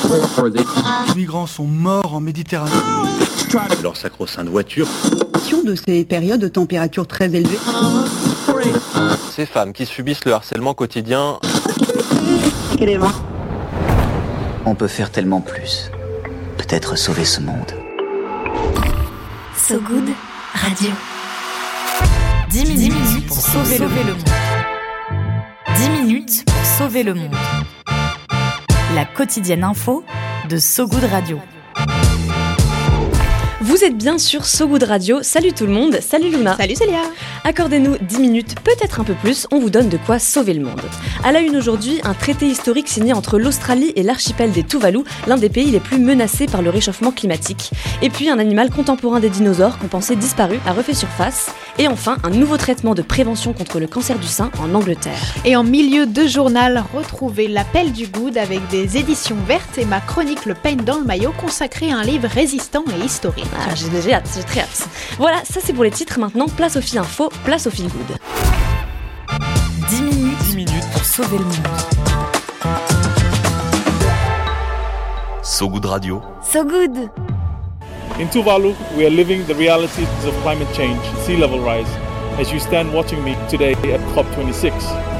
Les migrants sont morts en Méditerranée. Leur sacro-sainte voiture. De ces périodes de température très élevées. Ces femmes qui subissent le harcèlement quotidien. On peut faire tellement plus. Peut-être sauver ce monde. So Good Radio. 10 minutes pour sauver le monde. 10 minutes pour sauver le monde. La quotidienne info de So Good Radio. Vous êtes bien sur So Good Radio. Salut tout le monde, salut Luna. Salut Célia. Accordez-nous 10 minutes, peut-être un peu plus, on vous donne de quoi sauver le monde. À la une aujourd'hui, un traité historique signé entre l'Australie et l'archipel des Tuvalu, l'un des pays les plus menacés par le réchauffement climatique. Et puis un animal contemporain des dinosaures qu'on pensait disparu a refait surface. Et enfin, un nouveau traitement de prévention contre le cancer du sein en Angleterre. Et en milieu de journal, retrouvez l'appel du good avec des éditions vertes et ma chronique Le Pain dans le maillot consacrée à un livre résistant et historique. Ah, j'ai hâte, j'ai très hâte. Voilà, ça c'est pour les titres. Maintenant, place au fil info, place au fil good. 10 minutes pour sauver le monde. So Good Radio. So Good. In Tuvalu, we are living the realities of climate change, sea level rise, as you stand watching me today at COP26.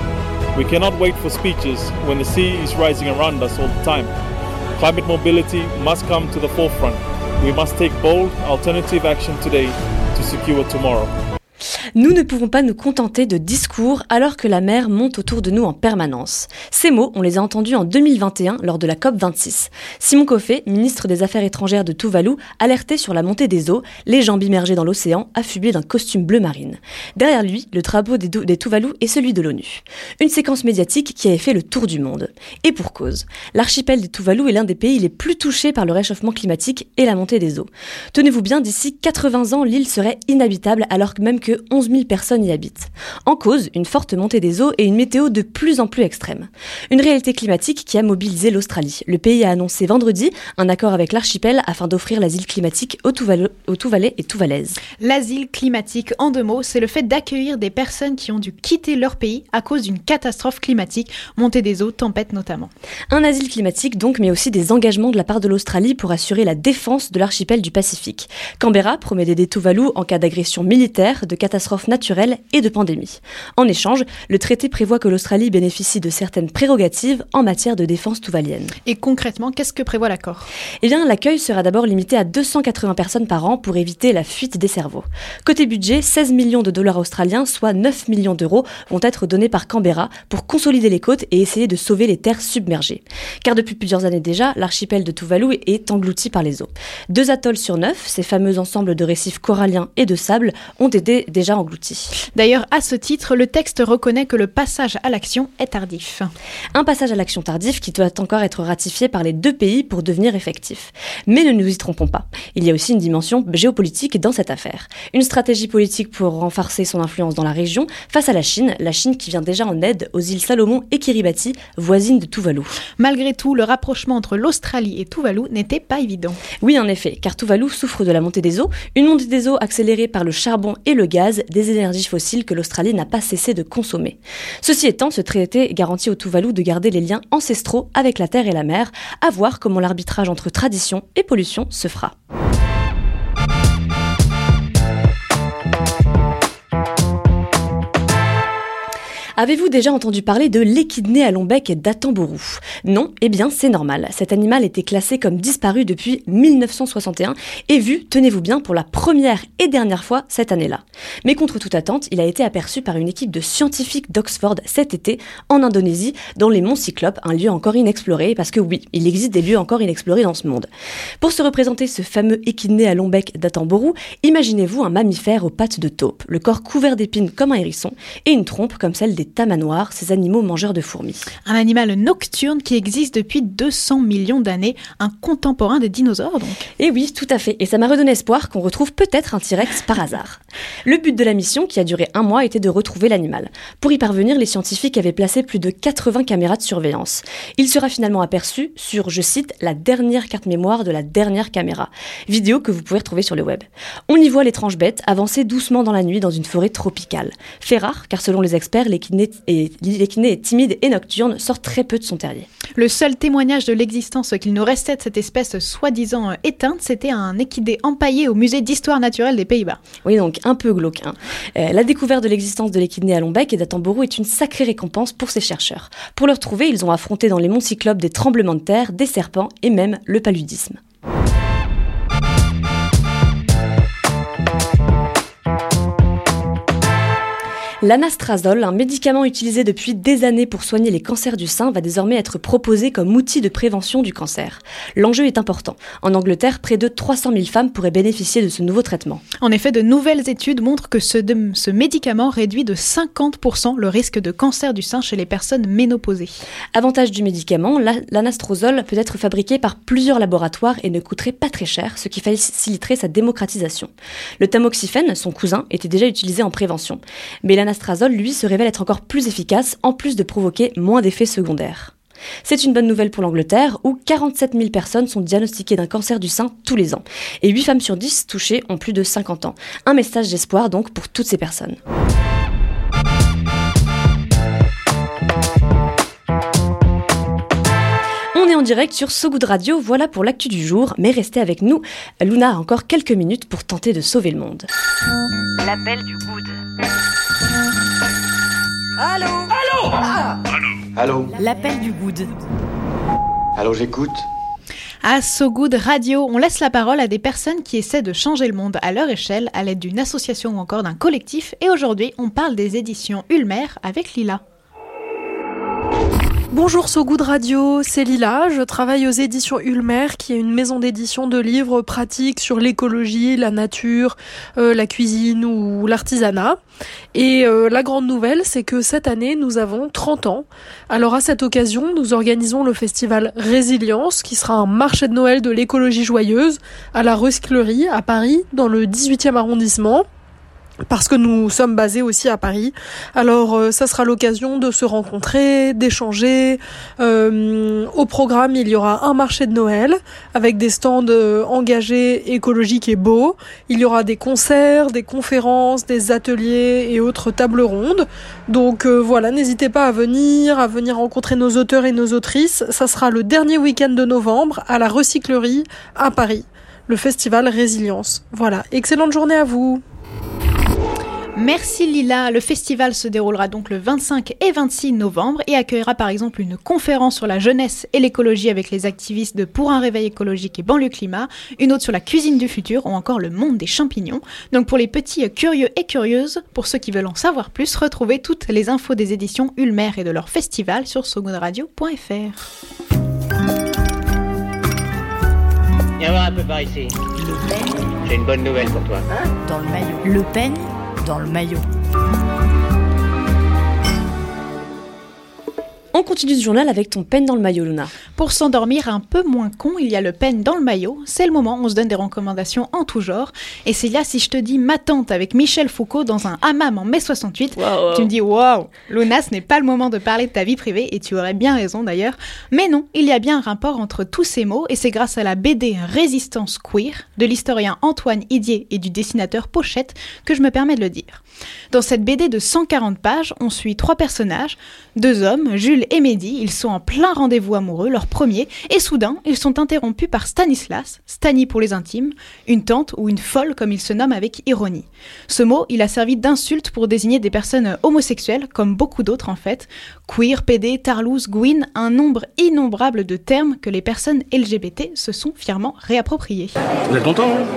We cannot wait for speeches when the sea is rising around us all the time. Climate mobility must come to the forefront. We must take bold, alternative action today to secure tomorrow. Nous ne pouvons pas nous contenter de discours alors que la mer monte autour de nous en permanence. Ces mots, on les a entendus en 2021 lors de la COP26. Simon Koffé, ministre des Affaires étrangères de Tuvalu, alertait sur la montée des eaux, les jambes immergées dans l'océan, affublées d'un costume bleu marine. Derrière lui, le drapeau des Tuvalu est celui de l'ONU. Une séquence médiatique qui avait fait le tour du monde. Et pour cause. L'archipel des Tuvalu est l'un des pays les plus touchés par le réchauffement climatique et la montée des eaux. Tenez-vous bien, d'ici 80 ans, l'île serait inhabitable alors que même que 11 000 personnes y habitent. En cause, une forte montée des eaux et une météo de plus en plus extrême. Une réalité climatique qui a mobilisé l'Australie. Le pays a annoncé vendredi un accord avec l'archipel afin d'offrir l'asile climatique aux Tuvalais et Tuvalaises. L'asile climatique, en 2 mots, c'est le fait d'accueillir des personnes qui ont dû quitter leur pays à cause d'une catastrophe climatique, montée des eaux, tempête notamment. Un asile climatique donc, mais aussi des engagements de la part de l'Australie pour assurer la défense de l'archipel du Pacifique. Canberra promet d'aider Tuvalu en cas d'agression militaire, de catastrophe naturelle et de pandémie. En échange, le traité prévoit que l'Australie bénéficie de certaines prérogatives en matière de défense tuvalienne. Et concrètement, qu'est-ce que prévoit l'accord ? Eh bien, l'accueil sera d'abord limité à 280 personnes par an pour éviter la fuite des cerveaux. Côté budget, 16 millions de dollars australiens, soit 9 millions d'euros, vont être donnés par Canberra pour consolider les côtes et essayer de sauver les terres submergées. Car depuis plusieurs années déjà, l'archipel de Tuvalu est englouti par les eaux. 2 atolls sur 9, ces fameux ensembles de récifs coralliens et de sable, ont été déjà engloutis. D'ailleurs, à ce titre, le texte reconnaît que le passage à l'action est tardif. Un passage à l'action tardif qui doit encore être ratifié par les 2 pays pour devenir effectif. Mais ne nous y trompons pas, il y a aussi une dimension géopolitique dans cette affaire. Une stratégie politique pour renforcer son influence dans la région face à la Chine qui vient déjà en aide aux îles Salomon et Kiribati, voisines de Tuvalu. Malgré tout, le rapprochement entre l'Australie et Tuvalu n'était pas évident. Oui, en effet, car Tuvalu souffre de la montée des eaux, une montée des eaux accélérée par le charbon et le gaz, des énergies fossiles que l'Australie n'a pas cessé de consommer. Ceci étant, ce traité garantit au Tuvalu de garder les liens ancestraux avec la terre et la mer, à voir comment l'arbitrage entre tradition et pollution se fera. Avez-vous déjà entendu parler de l'échidné à long bec d'Attenborough ? Non, eh bien c'est normal. Cet animal était classé comme disparu depuis 1961 et vu, tenez-vous bien, pour la première et dernière fois cette année-là. Mais contre toute attente, il a été aperçu par une équipe de scientifiques d'Oxford cet été en Indonésie, dans les monts Cyclopes, un lieu encore inexploré, parce que oui, il existe des lieux encore inexplorés dans ce monde. Pour se représenter ce fameux échidné à long bec d'Attenborough, imaginez-vous un mammifère aux pattes de taupe, le corps couvert d'épines comme un hérisson et une trompe comme celle des tamanoirs, ces animaux mangeurs de fourmis. Un animal nocturne qui existe depuis 200 millions d'années, un contemporain des dinosaures donc. Et oui, tout à fait, et ça m'a redonné espoir qu'on retrouve peut-être un T-Rex par hasard. Le but de la mission, qui a duré 1 mois, était de retrouver l'animal. Pour y parvenir, les scientifiques avaient placé plus de 80 caméras de surveillance. Il sera finalement aperçu sur, je cite, la dernière carte mémoire de la dernière caméra. Vidéo que vous pouvez retrouver sur le web. On y voit l'étrange bête avancer doucement dans la nuit dans une forêt tropicale. Fait rare, car selon les experts, l'échidné est timide et nocturne, sort très peu de son terrier. Le seul témoignage de l'existence qu'il nous restait de cette espèce soi-disant éteinte, c'était un équidé empaillé au musée d'histoire naturelle des Pays-Bas. Oui, donc un peu glauque. La découverte de l'existence de l'équidné à Lombeek et d'Attenborough est une sacrée récompense pour ces chercheurs. Pour le retrouver, ils ont affronté dans les monts Cyclopes des tremblements de terre, des serpents et même le paludisme. L'anastrazole, un médicament utilisé depuis des années pour soigner les cancers du sein, va désormais être proposé comme outil de prévention du cancer. L'enjeu est important. En Angleterre, près de 300 000 femmes pourraient bénéficier de ce nouveau traitement. En effet, de nouvelles études montrent que ce médicament réduit de 50% le risque de cancer du sein chez les personnes ménopausées. Avantage du médicament, l'anastrozole peut être fabriqué par plusieurs laboratoires et ne coûterait pas très cher, ce qui faciliterait sa démocratisation. Le tamoxifène, son cousin, était déjà utilisé en prévention. Mais l'anastrazole, lui, se révèle être encore plus efficace, en plus de provoquer moins d'effets secondaires. C'est une bonne nouvelle pour l'Angleterre, où 47 000 personnes sont diagnostiquées d'un cancer du sein tous les ans. Et 8 femmes sur 10 touchées ont plus de 50 ans. Un message d'espoir donc pour toutes ces personnes. On est en direct sur So Good Radio, voilà pour l'actu du jour, mais restez avec nous. Luna a encore quelques minutes pour tenter de sauver le monde. L'appel du good. Allô ? Allô ? Ah. Allô ? L'appel du good. Allô, j'écoute. À So Good Radio, on laisse la parole à des personnes qui essaient de changer le monde à leur échelle, à l'aide d'une association ou encore d'un collectif. Et aujourd'hui, on parle des éditions Ulmer avec Lila. Bonjour So Good Radio, c'est Lila, je travaille aux éditions Ulmer, qui est une maison d'édition de livres pratiques sur l'écologie, la nature, la cuisine ou l'artisanat. Et la grande nouvelle, c'est que cette année, nous avons 30 ans. Alors à cette occasion, nous organisons le festival Résilience, qui sera un marché de Noël de l'écologie joyeuse à la Recyclerie à Paris, dans le 18e arrondissement. Parce que nous sommes basés aussi à Paris. Alors ça sera l'occasion de se rencontrer, d'échanger. Au programme, il y aura un marché de Noël avec des stands engagés, écologiques et beaux. Il y aura des concerts, des conférences, des ateliers et autres tables rondes. Donc voilà, n'hésitez pas à venir rencontrer nos auteurs et nos autrices. Ça sera le dernier week-end de novembre à la Recyclerie à Paris. Le festival Résilience. Voilà, excellente journée à vous. Merci Lila, le festival se déroulera donc le 25 et 26 novembre et accueillera par exemple une conférence sur la jeunesse et l'écologie avec les activistes de Pour un réveil écologique et Banlieue Climat, une autre sur la cuisine du futur ou encore le monde des champignons. Donc pour les petits curieux et curieuses, pour ceux qui veulent en savoir plus, retrouvez toutes les infos des éditions Ulmer et de leur festival sur sogoodradio.fr. Viens voir un peu par ici. Le Pen. J'ai une bonne nouvelle pour toi. Dans le maillot. Le Pen dans le maillot. On continue ce journal avec ton pen dans le maillot, Luna. Pour s'endormir un peu moins con, il y a le pen dans le maillot. C'est le moment où on se donne des recommandations en tout genre. Et c'est là, si je te dis ma tante avec Michel Foucault dans un hammam en mai 68, tu me dis waouh, Luna, ce n'est pas le moment de parler de ta vie privée, et tu aurais bien raison d'ailleurs. Mais non, il y a bien un rapport entre tous ces mots, et c'est grâce à la BD Résistance queer de l'historien Antoine Idier et du dessinateur Pochette que je me permets de le dire. Dans cette BD de 140 pages, on suit 3 personnages, 2 hommes, Jules et Mehdi. Ils sont en plein rendez-vous amoureux, leur premier, et soudain, ils sont interrompus par Stanislas, Stani pour les intimes, une tante ou une folle comme il se nomme avec ironie. Ce mot, il a servi d'insulte pour désigner des personnes homosexuelles, comme beaucoup d'autres en fait, queer, pédé, tarlouse, gouine, un nombre innombrable de termes que les personnes LGBT se sont fièrement réappropriés. Vous êtes content, hein?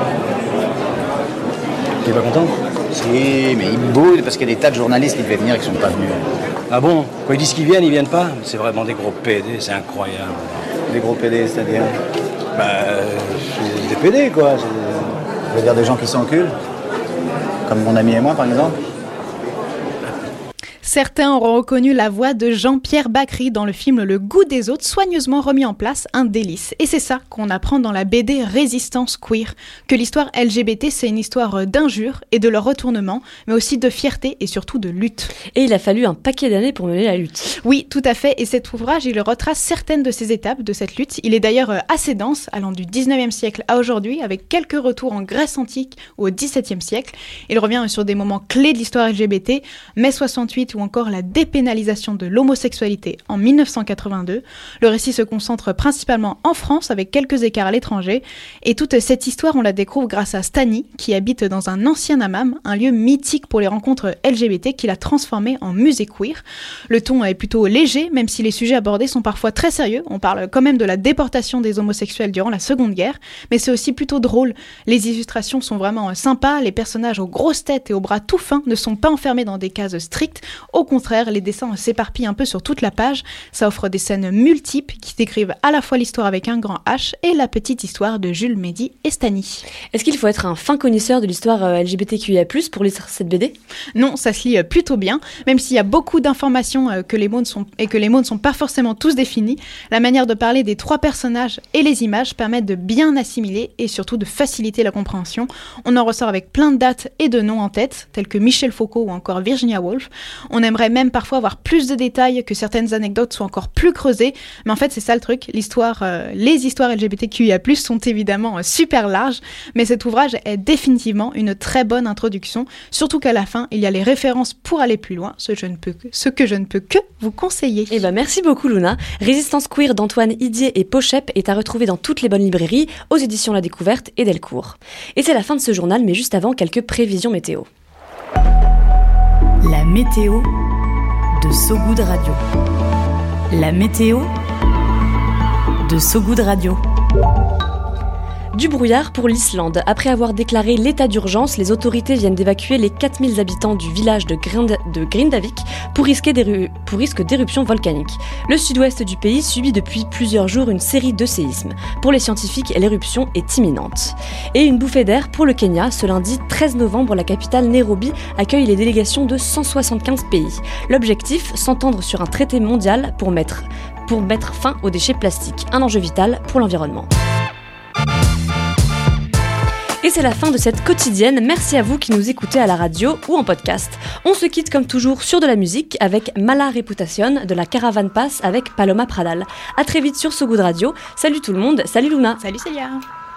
T'es pas content? Si, mais ils boudent parce qu'il y a des tas de journalistes qui devaient venir et qui sont pas venus. Ah bon? Quand ils disent qu'ils viennent pas? C'est vraiment des gros PD, c'est incroyable. Des gros PD, c'est-à-dire? Des PD, quoi. Ça veut dire des gens qui s'enculent? Comme mon ami et moi, par exemple? Certains auront reconnu la voix de Jean-Pierre Bacry dans le film Le goût des autres, soigneusement remis en place, un délice. Et c'est ça qu'on apprend dans la BD Résistance queer, que l'histoire LGBT c'est une histoire d'injures et de leur retournement, mais aussi de fierté et surtout de lutte. Et il a fallu un paquet d'années pour mener la lutte. Oui, tout à fait, et cet ouvrage, il retrace certaines de ces étapes de cette lutte. Il est d'ailleurs assez dense, allant du 19e siècle à aujourd'hui, avec quelques retours en Grèce antique ou au 17e siècle. Il revient sur des moments clés de l'histoire LGBT, mai 68 ou encore la dépénalisation de l'homosexualité en 1982. Le récit se concentre principalement en France avec quelques écarts à l'étranger. Et toute cette histoire, on la découvre grâce à Stani, qui habite dans un ancien hammam, un lieu mythique pour les rencontres LGBT qu'il a transformé en musée queer. Le ton est plutôt léger, même si les sujets abordés sont parfois très sérieux. On parle quand même de la déportation des homosexuels durant la Seconde Guerre, mais c'est aussi plutôt drôle. Les illustrations sont vraiment sympas, les personnages aux grosses têtes et aux bras tout fins ne sont pas enfermés dans des cases strictes. Au contraire, les dessins s'éparpillent un peu sur toute la page. Ça offre des scènes multiples qui décrivent à la fois l'histoire avec un grand H et la petite histoire de Jules Médy et Stani. Est-ce qu'il faut être un fin connaisseur de l'histoire LGBTQIA+, pour lire cette BD ? Non, ça se lit plutôt bien, même s'il y a beaucoup d'informations que les mots ne sont pas forcément tous définis. La manière de parler des trois personnages et les images permettent de bien assimiler et surtout de faciliter la compréhension. On en ressort avec plein de dates et de noms en tête, tels que Michel Foucault ou encore Virginia Woolf. On aimerait même parfois avoir plus de détails, que certaines anecdotes soient encore plus creusées, mais en fait c'est ça le truc, les histoires LGBTQIA+, sont évidemment super larges, mais cet ouvrage est définitivement une très bonne introduction, surtout qu'à la fin il y a les références pour aller plus loin, ce que je ne peux que vous conseiller. Eh ben merci beaucoup Luna. Résistance queer d'Antoine Idier et Pochep est à retrouver dans toutes les bonnes librairies, aux éditions La Découverte et Delcourt. Et c'est la fin de ce journal, mais juste avant, quelques prévisions météo. La météo de So Good Radio. La météo de So Good Radio. Du brouillard pour l'Islande. Après avoir déclaré l'état d'urgence, les autorités viennent d'évacuer les 4000 habitants du village de Grindavik pour risque d'éruption volcanique. Le sud-ouest du pays subit depuis plusieurs jours une série de séismes. Pour les scientifiques, l'éruption est imminente. Et une bouffée d'air pour le Kenya. Ce lundi 13 novembre, la capitale Nairobi accueille les délégations de 175 pays. L'objectif, s'entendre sur un traité mondial pour mettre fin aux déchets plastiques. Un enjeu vital pour l'environnement. Et c'est la fin de cette quotidienne. Merci à vous qui nous écoutez à la radio ou en podcast. On se quitte comme toujours sur de la musique avec Mala Reputation de la Caravan Pass avec Paloma Pradal. À très vite sur So Good Radio. Salut tout le monde. Salut Luna. Salut Célia.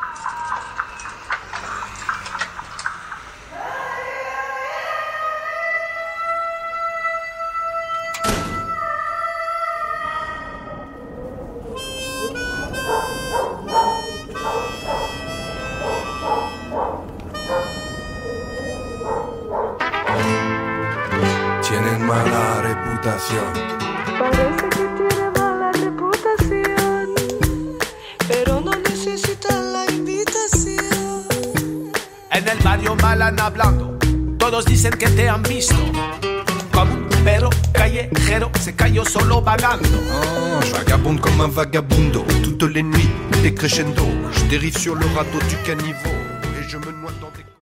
Tienen mala reputación. Parece que tiene mala reputación, pero no necesita la invitación. En el barrio mal han hablando, todos dicen que te han visto. Como un perro callejero, se cayó solo vagando. Oh, je vagabonde comme un vagabundo, toutes les nuits, des crescendo. Je dérive sur le radeau du caniveau et je me noie dans des...